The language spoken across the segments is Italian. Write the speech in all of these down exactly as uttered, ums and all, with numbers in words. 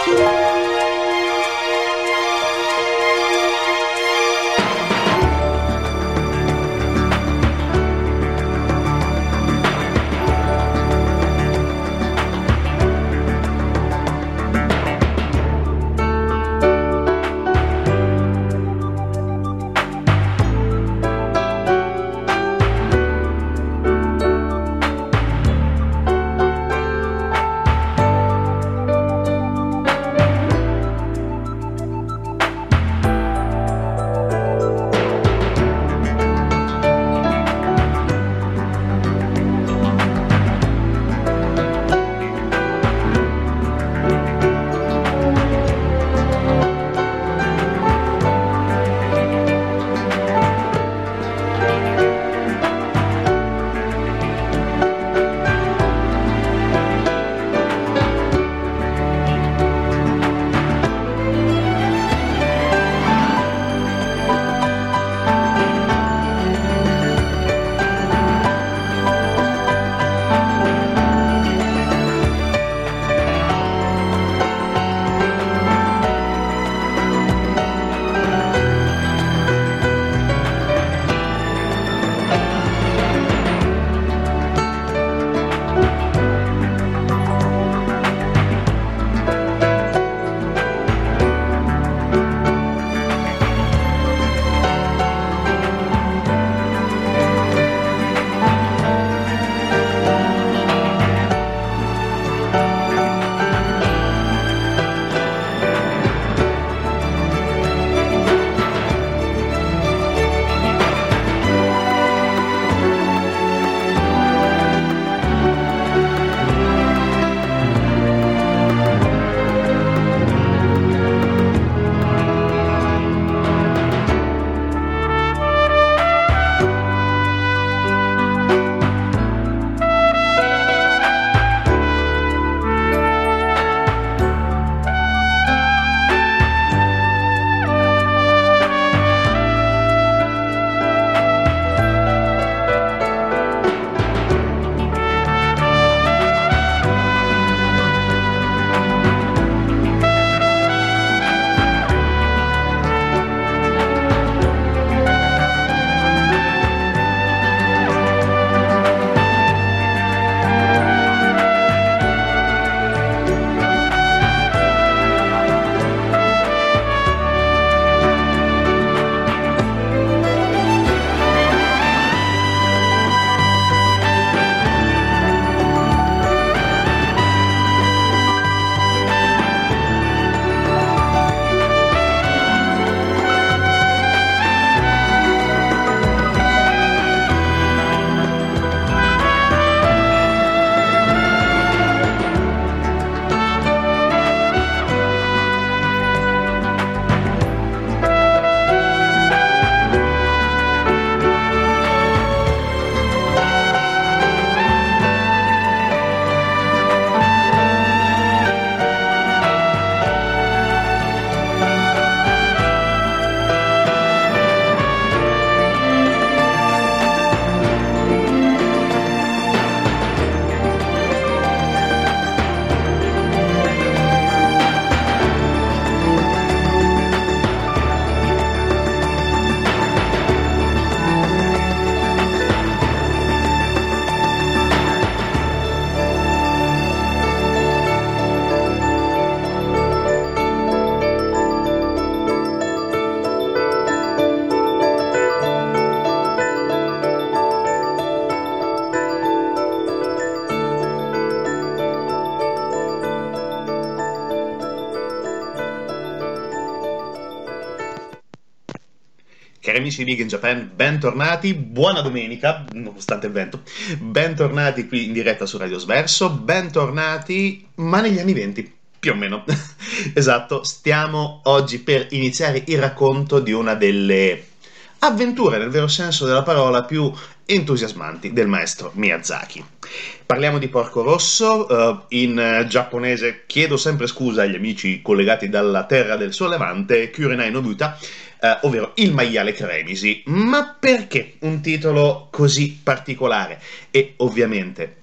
Cari amici di Big in Japan, bentornati, buona domenica, nonostante il vento, bentornati qui in diretta su Radio Sverso, bentornati, ma negli anni venti, più o meno, esatto, stiamo oggi per iniziare il racconto di una delle avventure, nel vero senso della parola, più entusiasmanti del maestro Miyazaki. Parliamo di Porco Rosso, uh, in uh, giapponese chiedo sempre scusa agli amici collegati dalla terra del sollevante, Kurenai no Buta, uh, ovvero il maiale Cremisi. Ma perché un titolo così particolare? E ovviamente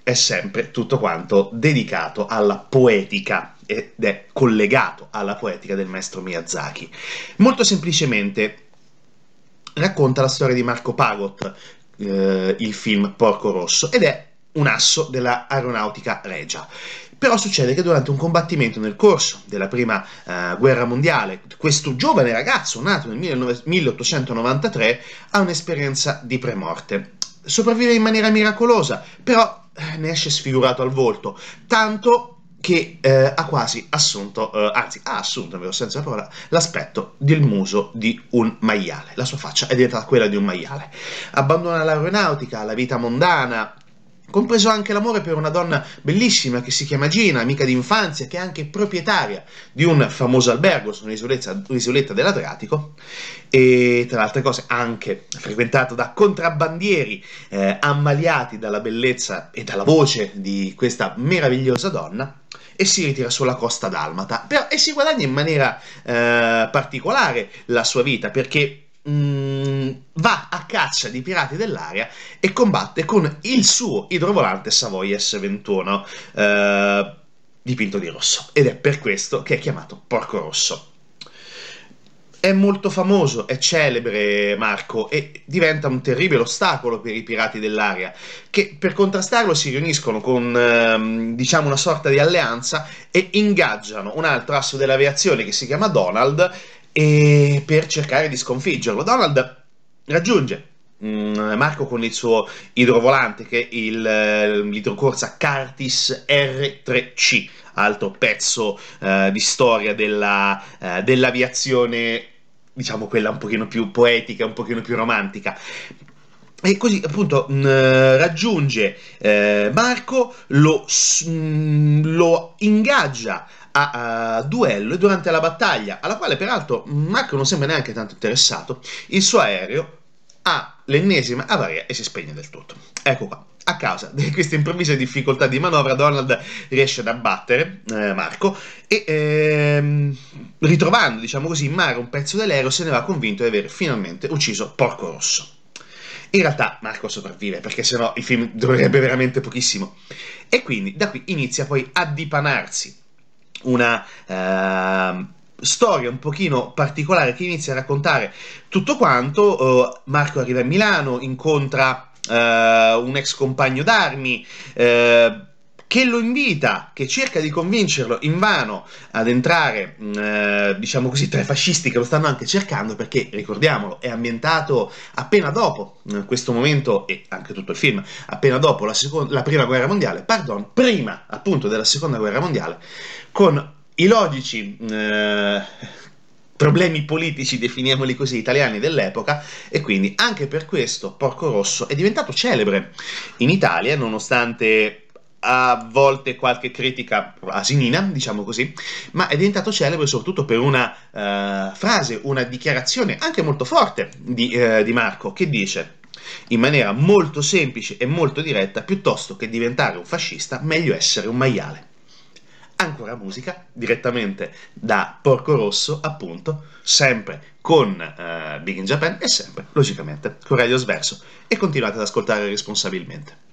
è sempre tutto quanto dedicato alla poetica ed è collegato alla poetica del maestro Miyazaki. Molto semplicemente racconta la storia di Marco Pagot, eh, il film Porco Rosso, ed è un asso della aeronautica regia. Però succede che durante un combattimento nel corso della prima eh, guerra mondiale, questo giovane ragazzo, nato nel milleottocentonovantatré, ha un'esperienza di premorte. Sopravvive in maniera miracolosa, però eh, ne esce sfigurato al volto, tanto che eh, ha quasi assunto, eh, anzi ha assunto, vero, senza parola, l'aspetto del muso di un maiale. La sua faccia è diventata quella di un maiale. Abbandona l'aeronautica, la vita mondana, compreso anche l'amore per una donna bellissima che si chiama Gina, amica d'infanzia, che è anche proprietaria di un famoso albergo su un'isoletta, un'isoletta dell'Adriatico, e tra le altre cose anche frequentato da contrabbandieri eh, ammaliati dalla bellezza e dalla voce di questa meravigliosa donna, e si ritira sulla costa dalmata. Però, e si guadagna in maniera eh, particolare la sua vita, perché Mm, va a caccia di pirati dell'aria e combatte con il suo idrovolante Savoia S ventuno eh, dipinto di rosso, ed è per questo che è chiamato Porco Rosso. È molto famoso, è celebre Marco, e diventa un terribile ostacolo per i pirati dell'aria, che per contrastarlo si riuniscono con ehm, diciamo una sorta di alleanza e ingaggiano un altro asso dell'aviazione che si chiama Donald, e per cercare di sconfiggerlo. Donald raggiunge mm, Marco con il suo idrovolante, che è il, eh, l'idrocorsa Curtiss R tre C, altro pezzo eh, di storia della, eh, dell'aviazione, diciamo quella un pochino più poetica, un pochino più romantica. E così appunto mh, raggiunge eh, Marco, lo, mh, lo ingaggia a, a duello, e durante la battaglia, alla quale peraltro Marco non sembra neanche tanto interessato, il suo aereo ha l'ennesima avaria e si spegne del tutto. Ecco qua. A causa di queste improvvise difficoltà di manovra, Donald riesce ad abbattere eh, Marco e, ehm, ritrovando, diciamo così, in mare un pezzo dell'aereo, se ne va convinto di aver finalmente ucciso Porco Rosso. In realtà Marco sopravvive, perché sennò il film durerebbe veramente pochissimo. E quindi da qui inizia poi a dipanarsi una uh, storia un pochino particolare che inizia a raccontare tutto quanto. Uh, Marco arriva a Milano, incontra uh, un ex compagno d'armi uh, che lo invita, che cerca di convincerlo invano ad entrare, uh, diciamo così, tra i fascisti che lo stanno anche cercando, perché, ricordiamolo, è ambientato appena dopo uh, questo momento, e anche tutto il film, appena dopo la, seconda, la prima guerra mondiale, pardon, prima appunto della seconda guerra mondiale, con i logici eh, problemi politici, definiamoli così, italiani dell'epoca, e quindi anche per questo Porco Rosso è diventato celebre in Italia, nonostante a volte qualche critica asinina, diciamo così, ma è diventato celebre soprattutto per una uh, frase, una dichiarazione anche molto forte di, uh, di Marco, che dice in maniera molto semplice e molto diretta: piuttosto che diventare un fascista, meglio essere un maiale. Ancora musica, direttamente da Porco Rosso, appunto, sempre con uh, Big in Japan e sempre, logicamente, con Radio Sverso, e continuate ad ascoltare responsabilmente.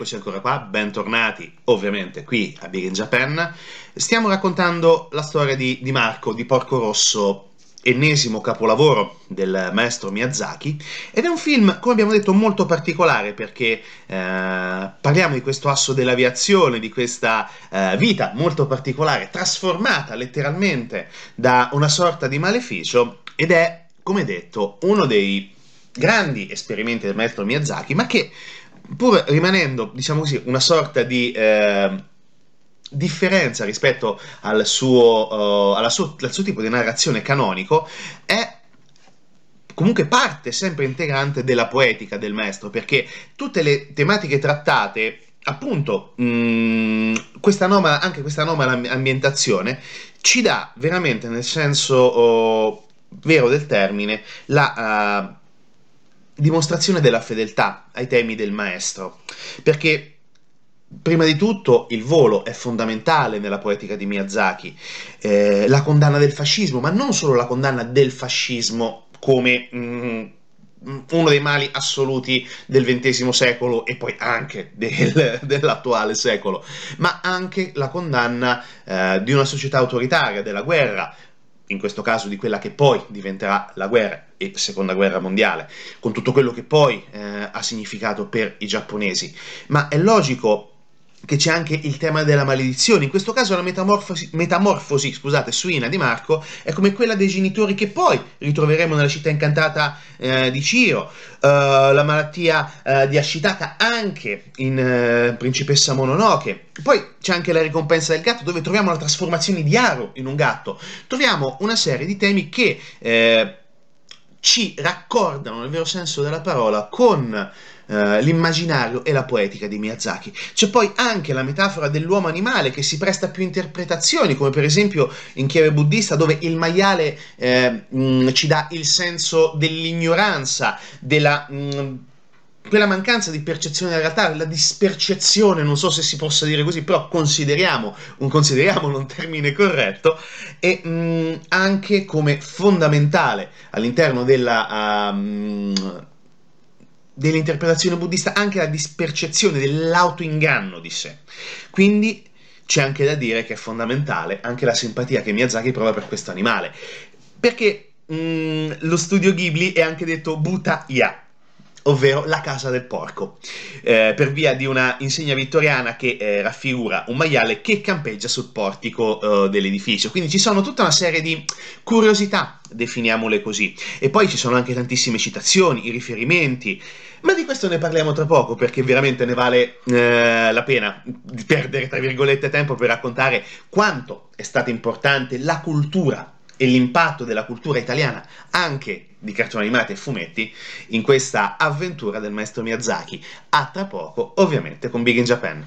eccoci ancora qua, bentornati ovviamente qui a Big in Japan. Stiamo raccontando la storia di, di Marco, di Porco Rosso, ennesimo capolavoro del maestro Miyazaki, ed è un film, come abbiamo detto, molto particolare perché eh, parliamo di questo asso dell'aviazione, di questa eh, vita molto particolare, trasformata letteralmente da una sorta di maleficio, ed è, come detto, uno dei grandi esperimenti del maestro Miyazaki, ma che, pur rimanendo, diciamo così, una sorta di eh, differenza rispetto al suo, uh, alla suo, al suo tipo di narrazione canonico, è comunque parte sempre integrante della poetica del maestro, perché tutte le tematiche trattate, appunto, mh, questa anomala, anche questa anomala ambientazione, ci dà veramente, nel senso oh, vero del termine, la... Uh, dimostrazione della fedeltà ai temi del maestro, perché prima di tutto il volo è fondamentale nella poetica di Miyazaki, eh, la condanna del fascismo, ma non solo la condanna del fascismo come mm, uno dei mali assoluti del ventesimo secolo e poi anche del, dell'attuale secolo, ma anche la condanna eh, di una società autoritaria, della guerra, in questo caso di quella che poi diventerà la guerra e seconda guerra mondiale, con tutto quello che poi eh, ha significato per i giapponesi. Ma è logico che c'è anche il tema della maledizione. In questo caso la metamorfosi, metamorfosi scusate, suina di Marco è come quella dei genitori che poi ritroveremo nella città incantata eh, di Chihiro, uh, la malattia uh, di Ashitaka anche in uh, Principessa Mononoke. Poi c'è anche la ricompensa del gatto, dove troviamo la trasformazione di Haru in un gatto. Troviamo una serie di temi che eh, ci raccordano, nel vero senso della parola, con Uh, l'immaginario e la poetica di Miyazaki. C'è poi anche la metafora dell'uomo animale che si presta a più interpretazioni, come per esempio in chiave buddista, dove il maiale eh, mh, ci dà il senso dell'ignoranza, della mh, quella mancanza di percezione della realtà, la dispercezione, non so se si possa dire così, però consideriamo un, consideriamolo un termine corretto, e mh, anche come fondamentale all'interno della uh, dell'interpretazione buddista anche la dispercezione dell'autoinganno di sé. Quindi c'è anche da dire che è fondamentale anche la simpatia che Miyazaki prova per questo animale, perché mh, lo studio Ghibli è anche detto Buta-ya, ovvero la casa del porco, eh, per via di una insegna vittoriana che eh, raffigura un maiale che campeggia sul portico eh, dell'edificio. Quindi ci sono tutta una serie di curiosità, definiamole così, e poi ci sono anche tantissime citazioni, i riferimenti, ma di questo ne parliamo tra poco, perché veramente ne vale eh, la pena di perdere, tra virgolette, tempo per raccontare quanto è stata importante la cultura e l'impatto della cultura italiana, anche di cartoni animati e fumetti, in questa avventura del maestro Miyazaki. A tra poco, ovviamente, con Big in Japan.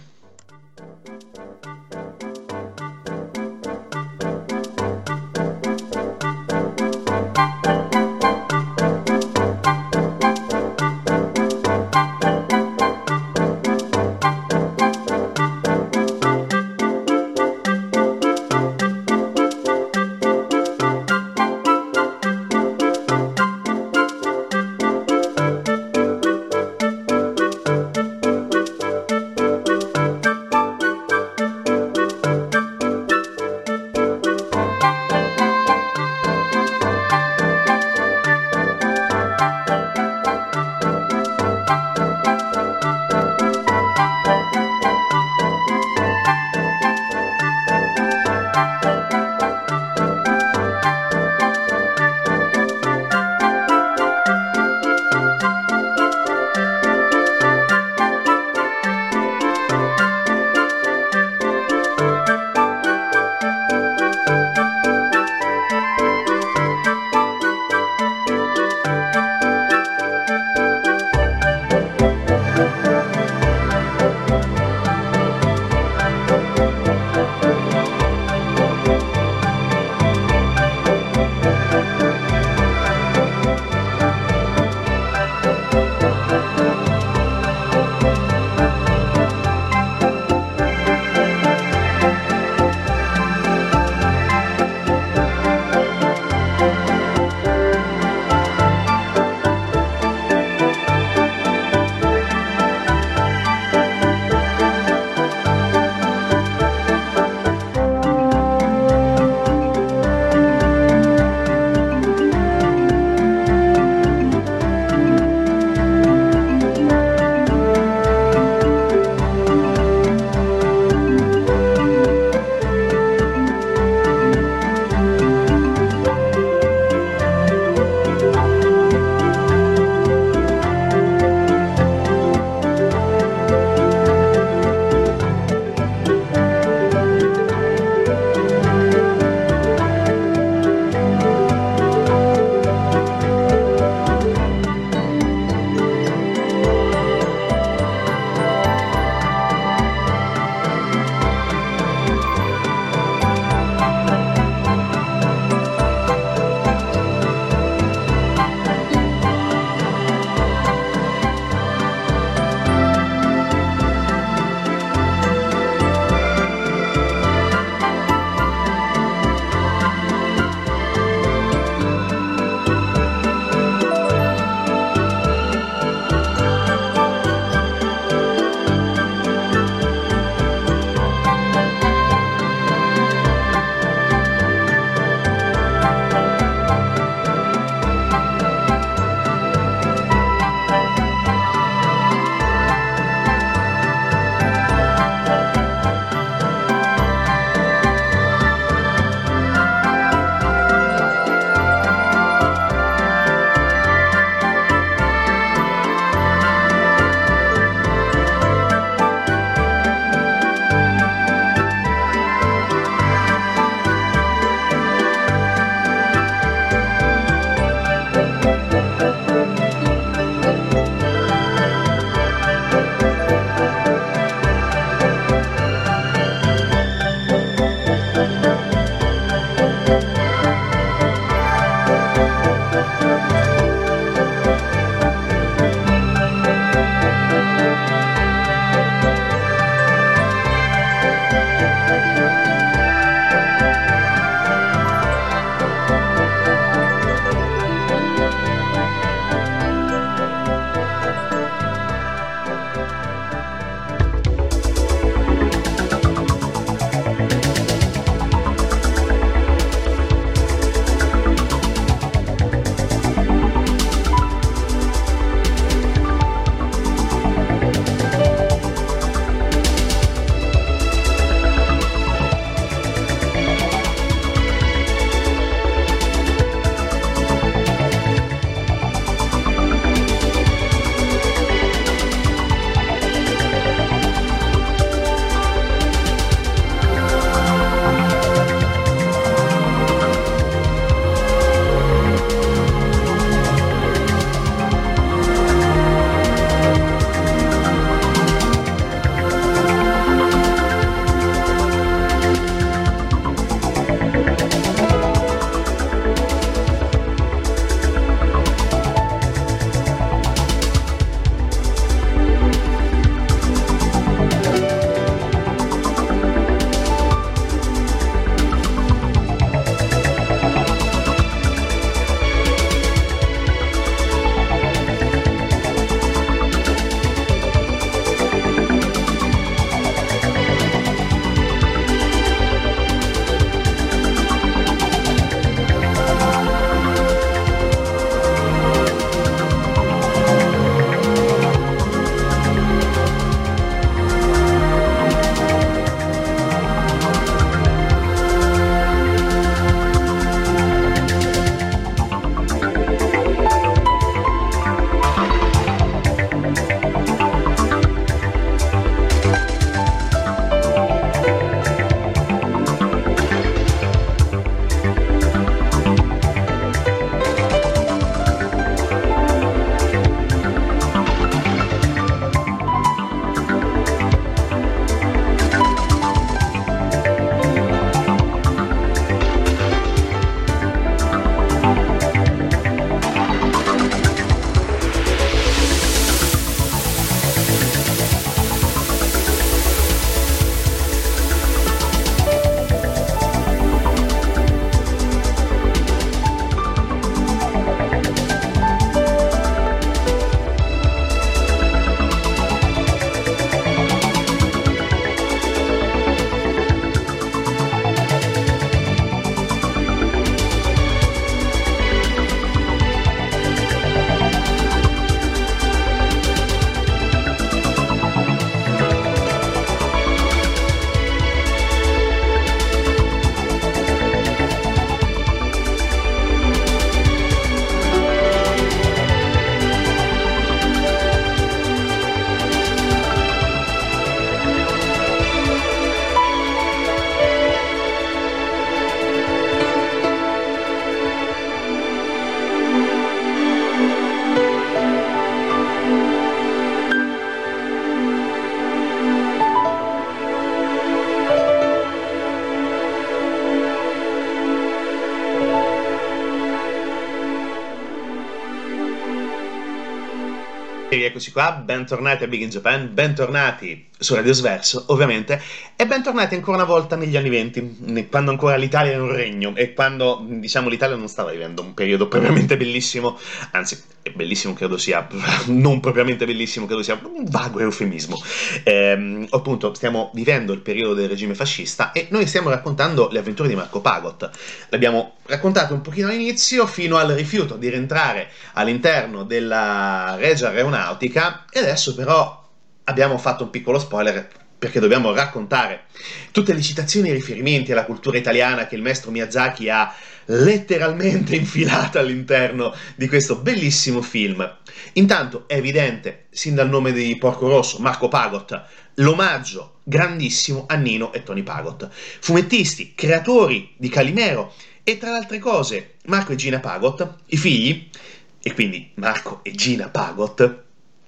Eccoci qua, bentornati a Big in Japan, bentornati su Radio Sverso, ovviamente, e bentornati ancora una volta negli anni venti, quando ancora l'Italia era un regno e quando, diciamo, l'Italia non stava vivendo un periodo propriamente bellissimo, anzi, bellissimo credo sia, non propriamente bellissimo credo sia un vago eufemismo. Ehm, appunto, stiamo vivendo il periodo del regime fascista e noi stiamo raccontando le avventure di Marco Pagot. L'abbiamo raccontato un pochino all'inizio, fino al rifiuto di rientrare all'interno della Regia Aeronautica, e adesso però abbiamo fatto un piccolo spoiler perché dobbiamo raccontare tutte le citazioni e riferimenti alla cultura italiana che il maestro Miyazaki ha letteralmente infilato all'interno di questo bellissimo film. Intanto è evidente, sin dal nome di Porco Rosso, Marco Pagot, l'omaggio grandissimo a Nino e Tony Pagot, fumettisti, creatori di Calimero, e tra le altre cose Marco e Gina Pagot, i figli, e quindi Marco e Gina Pagot,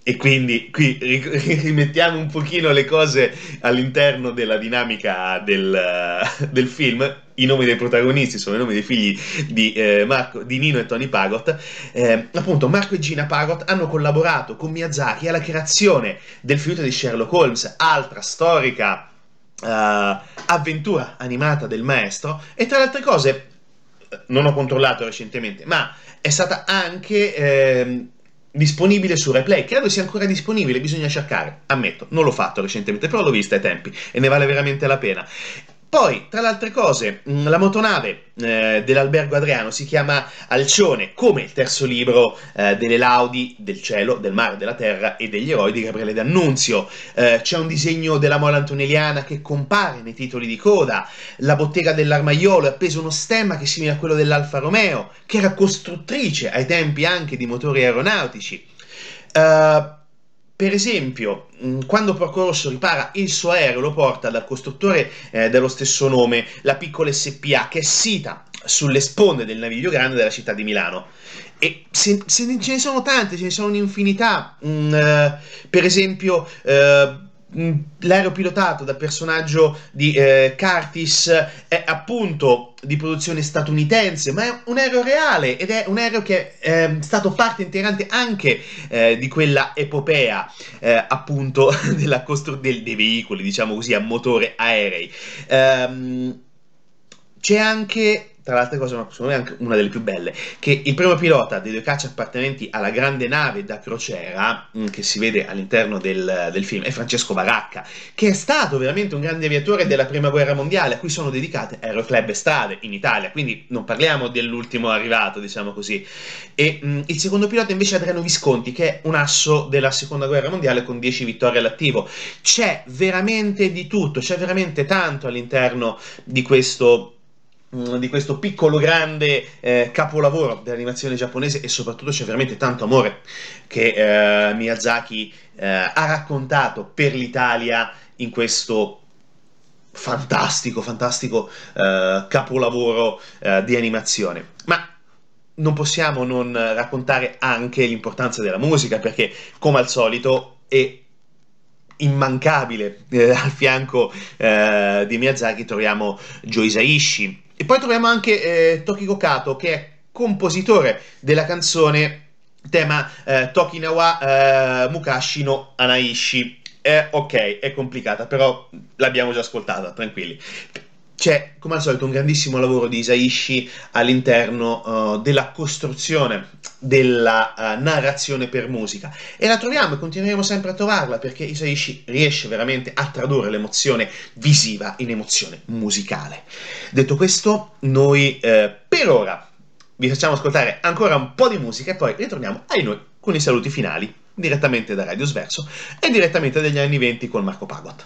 E quindi qui ri- rimettiamo un pochino le cose all'interno della dinamica del, del film. I nomi dei protagonisti sono i nomi dei figli di, eh, Marco, di Nino e Tony Pagot. Eh, appunto, Marco e Gina Pagot hanno collaborato con Miyazaki alla creazione del film di Sherlock Holmes, altra storica eh, avventura animata del maestro. E tra le altre cose, non ho controllato recentemente, ma è stata anche ehm, disponibile su Replay. Credo sia ancora disponibile, bisogna cercare. Ammetto, non l'ho fatto recentemente, però l'ho vista ai tempi e ne vale veramente la pena. Poi, tra le altre cose, mh, la motonave eh, dell'Albergo Adriano si chiama Alcione, come il terzo libro eh, delle laudi del cielo, del mare, della terra e degli eroi di Gabriele D'Annunzio. Eh, c'è un disegno della mola antonelliana che compare nei titoli di coda. La bottega dell'Armaiolo è appeso uno stemma che è simile a quello dell'Alfa Romeo, che era costruttrice ai tempi anche di motori aeronautici. Eh, per esempio, mh, quando Porco Rosso ripara il suo aereo, lo porta dal costruttore eh, dello stesso nome, la Piccola S P A, che è sita sulle sponde del Naviglio Grande della città di Milano. E se, se ne, ce ne sono tante, ce ne sono un'infinità. Mh, eh, per esempio, eh, mh, l'aereo pilotato dal personaggio di eh, Curtis è appunto di produzione statunitense, ma è un aereo reale ed è un aereo che è eh, stato parte integrante anche eh, di quella epopea eh, appunto della costru- del, dei veicoli, diciamo così, a motore aerei. Ehm, c'è anche, tra le altre cose, ma secondo me anche una delle più belle, che il primo pilota dei due caccia appartenenti alla grande nave da crociera, mh, che si vede all'interno del, del film, è Francesco Baracca, che è stato veramente un grande aviatore della Prima Guerra Mondiale, a cui sono dedicate Aeroclub e Strade in Italia, quindi non parliamo dell'ultimo arrivato, diciamo così. E mh, il secondo pilota invece è Adriano Visconti, che è un asso della Seconda Guerra Mondiale con dieci vittorie all'attivo. C'è veramente di tutto, c'è veramente tanto all'interno di questo di questo piccolo grande eh, capolavoro dell'animazione giapponese, e soprattutto c'è veramente tanto amore che eh, Miyazaki eh, ha raccontato per l'Italia in questo fantastico, fantastico eh, capolavoro eh, di animazione. Ma non possiamo non raccontare anche l'importanza della musica, perché come al solito è immancabile. Eh, al fianco eh, di Miyazaki troviamo Joe Hisaishi, e poi troviamo anche eh, Tokiko Kato, che è compositore della canzone tema eh, Tokinawa eh, Mukashi no Anaishi. Eh, ok, è complicata, però l'abbiamo già ascoltata, tranquilli. C'è, come al solito, un grandissimo lavoro di Hisaishi all'interno uh, della costruzione della uh, narrazione per musica, e la troviamo e continueremo sempre a trovarla, perché Hisaishi riesce veramente a tradurre l'emozione visiva in emozione musicale. Detto questo, noi eh, per ora vi facciamo ascoltare ancora un po' di musica e poi ritorniamo ai noi con i saluti finali direttamente da Radio Sverso e direttamente dagli anni venti con Marco Pagot.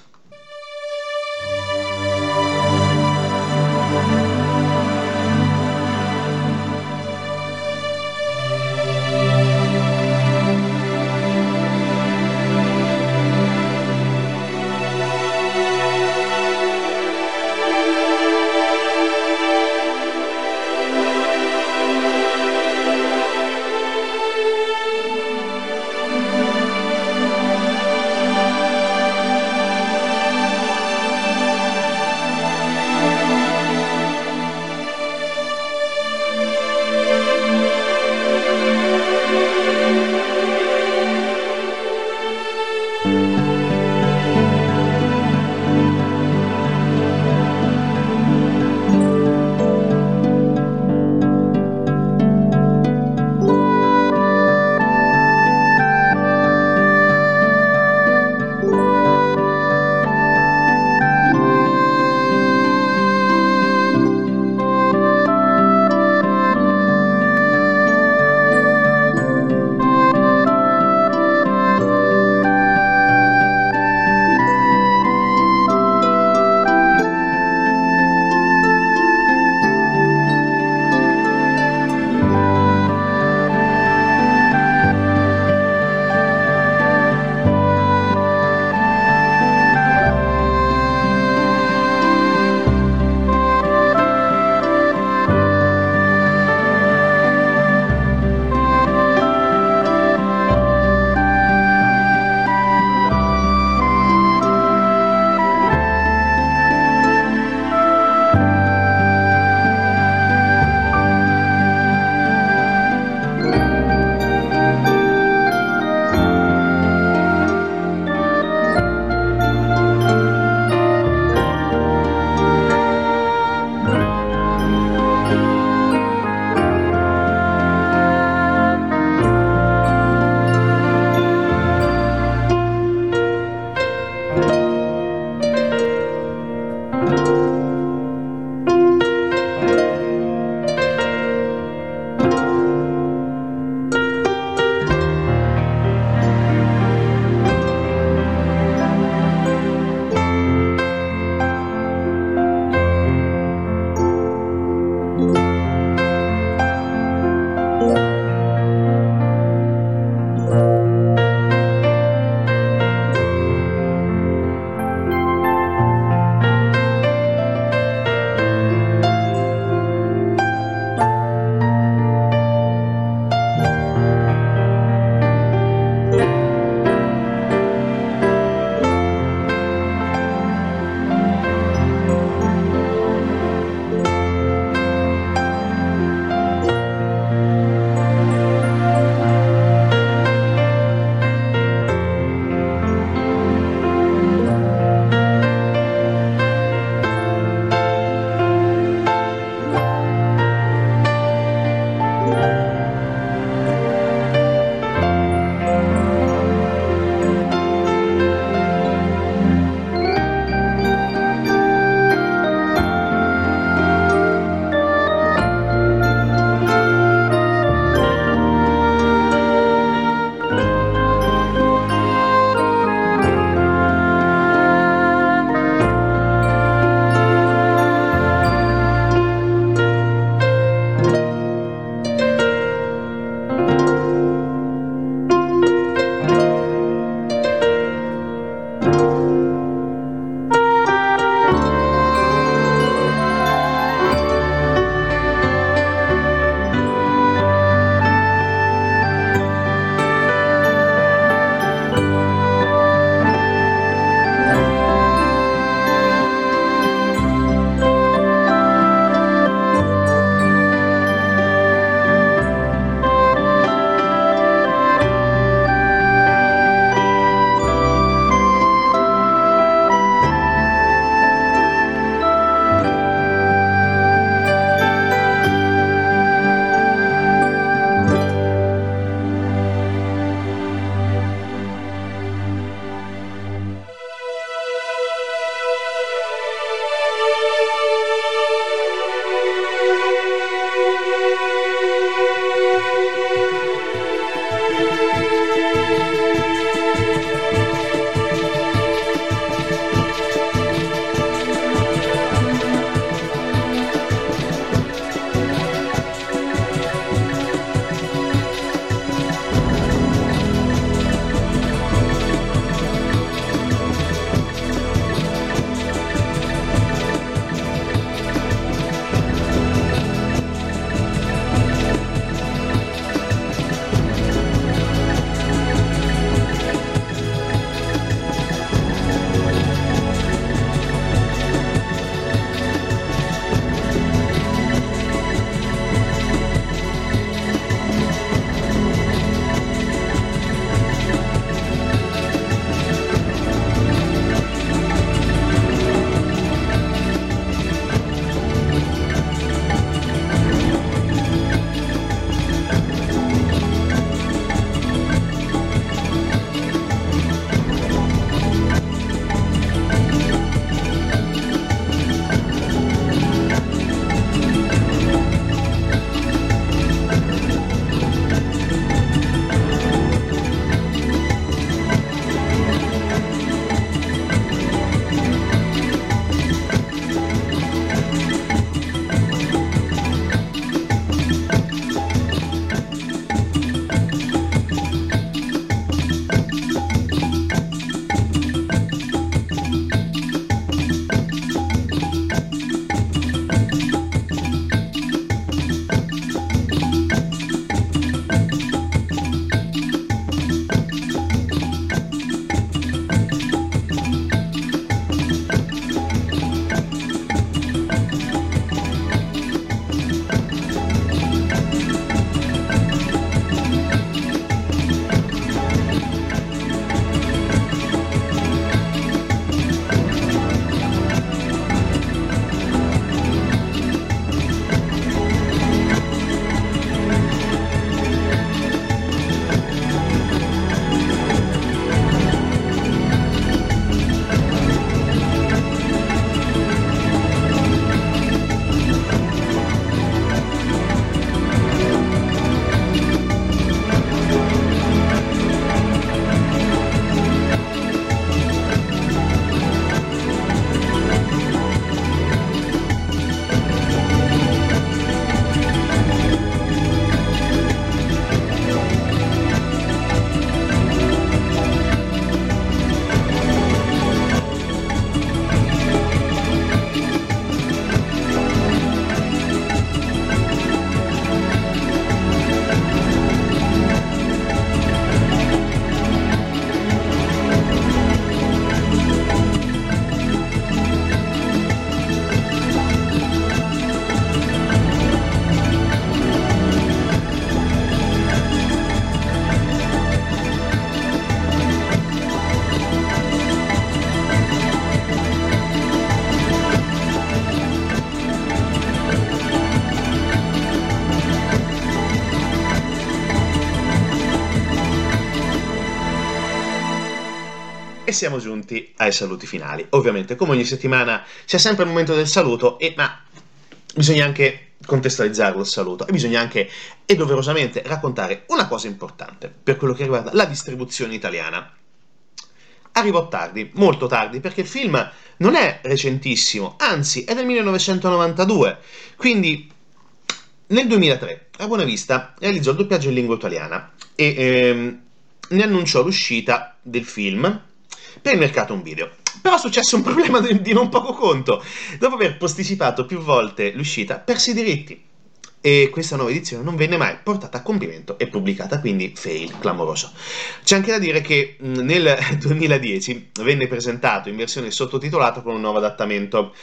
E siamo giunti ai saluti finali. Ovviamente, come ogni settimana, c'è sempre il momento del saluto, e, ma bisogna anche contestualizzarlo il saluto, e bisogna anche, e doverosamente, raccontare una cosa importante per quello che riguarda la distribuzione italiana. Arrivò tardi, molto tardi, perché il film non è recentissimo, anzi è del millenovecentonovantadue, quindi nel duemilatré la Buona Vista realizzò il doppiaggio in lingua italiana e ehm, ne annunciò l'uscita del film per il mercato home video. Però successe un problema di, di non poco conto. Dopo aver posticipato più volte l'uscita, perse i diritti. E questa nuova edizione non venne mai portata a compimento e pubblicata, quindi fail clamoroso. C'è anche da dire che mh, nel duemiladieci venne presentato in versione sottotitolata con un nuovo adattamento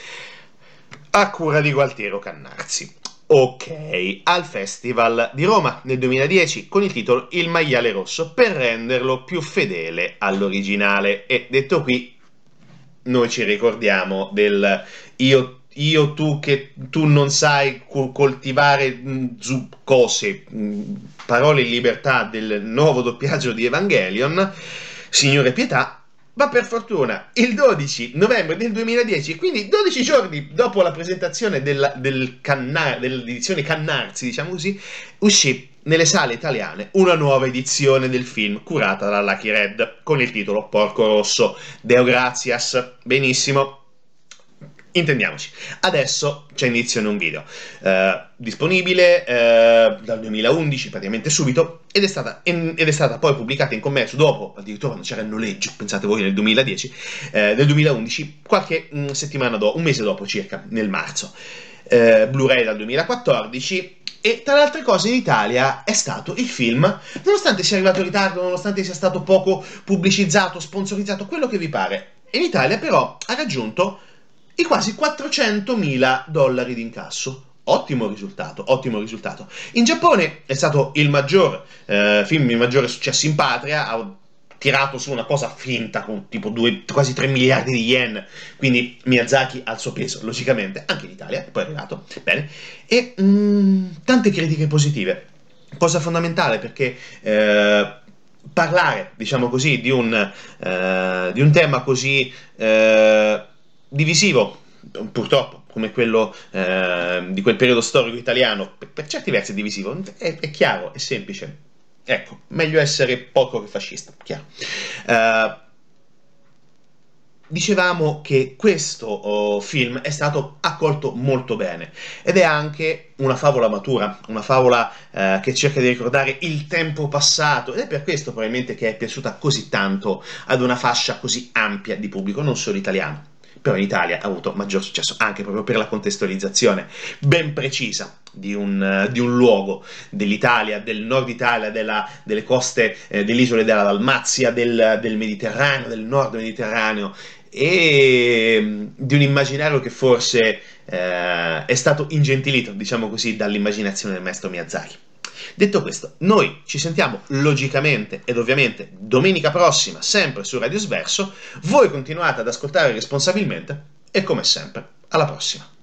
a cura di Gualtiero Cannarzi. Ok, al Festival di Roma nel duemiladieci con il titolo Il maiale rosso, per renderlo più fedele all'originale. E detto qui, noi ci ricordiamo del io io tu che tu non sai coltivare mh, cose, mh, parole in libertà del nuovo doppiaggio di Evangelion, Signore pietà. Ma per fortuna il dodici novembre del duemiladieci, quindi dodici giorni dopo la presentazione della, del Canna, dell'edizione Cannarzi, diciamo così, uscì nelle sale italiane una nuova edizione del film curata da Lucky Red con il titolo Porco Rosso. Deo gratias, benissimo. Intendiamoci, adesso c'è inizio in un video, eh, disponibile eh, dal duemilaundici, praticamente subito, ed è, stata, ed è stata poi pubblicata in commercio dopo, addirittura quando c'era il noleggio, pensate voi, nel duemiladieci, eh, del duemilaundici, qualche mh, settimana dopo, un mese dopo circa, nel marzo. Eh, Blu-ray dal duemilaquattordici, e tra le altre cose in Italia è stato il film, nonostante sia arrivato in ritardo, nonostante sia stato poco pubblicizzato, sponsorizzato, quello che vi pare, in Italia però ha raggiunto i quasi quattrocentomila dollari di incasso. Ottimo risultato, ottimo risultato. In Giappone è stato il maggior eh, film di maggiore successo in patria, ha tirato su una cosa finta con tipo due, quasi tre miliardi di yen, quindi Miyazaki al suo peso, logicamente, anche in Italia, poi è arrivato, bene, e mm, tante critiche positive, cosa fondamentale perché eh, parlare, diciamo così, di un, eh, di un tema così eh, divisivo, purtroppo, come quello eh, di quel periodo storico italiano, per, per certi versi è divisivo, è, è chiaro, è semplice. Ecco, meglio essere poco che fascista, chiaro. Uh, dicevamo che questo oh, film è stato accolto molto bene ed è anche una favola matura, una favola uh, che cerca di ricordare il tempo passato, ed è per questo probabilmente che è piaciuta così tanto ad una fascia così ampia di pubblico, non solo italiano. Però in Italia ha avuto maggior successo anche proprio per la contestualizzazione ben precisa di un, uh, di un luogo dell'Italia, del nord Italia, della, delle coste eh, delle isole della Dalmazia, del, del Mediterraneo, del nord Mediterraneo, e um, di un immaginario che forse eh, è stato ingentilito, diciamo così, dall'immaginazione del maestro Miyazaki. Detto questo, noi ci sentiamo logicamente ed ovviamente domenica prossima, sempre su Radio Sverso. Voi continuate ad ascoltare responsabilmente e come sempre, alla prossima.